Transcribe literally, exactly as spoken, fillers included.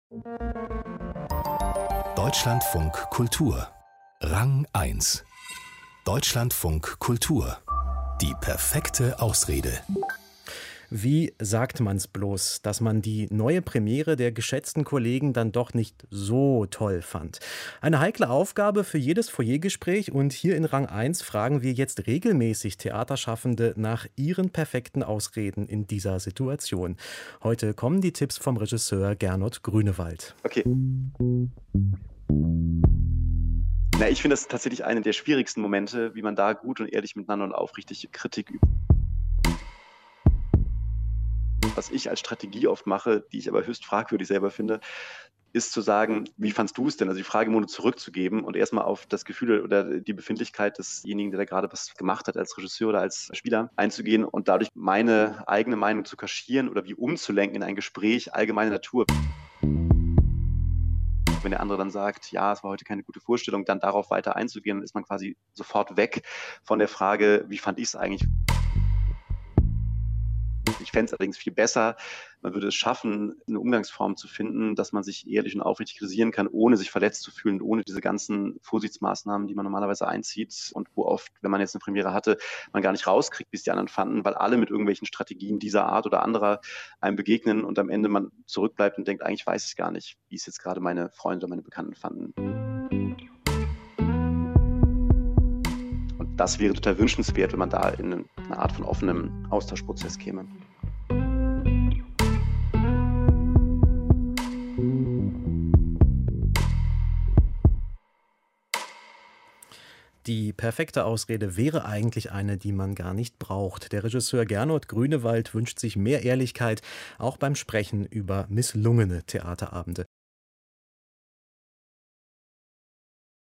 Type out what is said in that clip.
Deutschlandfunk Kultur. Rang eins. Deutschlandfunk Kultur. Die perfekte Ausrede. Wie sagt man's bloß, dass man die neue Premiere der geschätzten Kollegen dann doch nicht so toll fand? Eine heikle Aufgabe für jedes Foyergespräch, und hier in Rang eins fragen wir jetzt regelmäßig Theaterschaffende nach ihren perfekten Ausreden in dieser Situation. Heute kommen die Tipps vom Regisseur Gernot Grünewald. Okay. Na, ich finde das tatsächlich einen der schwierigsten Momente, wie man da gut und ehrlich miteinander und aufrichtig Kritik übt. Was ich als Strategie oft mache, die ich aber höchst fragwürdig selber finde, ist zu sagen, wie fandst du es denn? Also die Frage im Grunde zurückzugeben und erstmal auf das Gefühl oder die Befindlichkeit desjenigen, der da gerade was gemacht hat als Regisseur oder als Spieler, einzugehen und dadurch meine eigene Meinung zu kaschieren oder wie umzulenken in ein Gespräch allgemeiner Natur. Wenn der andere dann sagt, ja, es war heute keine gute Vorstellung, dann darauf weiter einzugehen, dann ist man quasi sofort weg von der Frage, wie fand ich es eigentlich? Ich fände es allerdings viel besser, man würde es schaffen, eine Umgangsform zu finden, dass man sich ehrlich und aufrichtig kritisieren kann, ohne sich verletzt zu fühlen, ohne diese ganzen Vorsichtsmaßnahmen, die man normalerweise einzieht und wo oft, wenn man jetzt eine Premiere hatte, man gar nicht rauskriegt, wie es die anderen fanden, weil alle mit irgendwelchen Strategien dieser Art oder anderer einem begegnen und am Ende man zurückbleibt und denkt, eigentlich weiß ich gar nicht, wie es jetzt gerade meine Freunde oder meine Bekannten fanden. Und das wäre total wünschenswert, wenn man da in eine Art von offenem Austauschprozess käme. Die perfekte Ausrede wäre eigentlich eine, die man gar nicht braucht. Der Regisseur Gernot Grünewald wünscht sich mehr Ehrlichkeit, auch beim Sprechen über misslungene Theaterabende.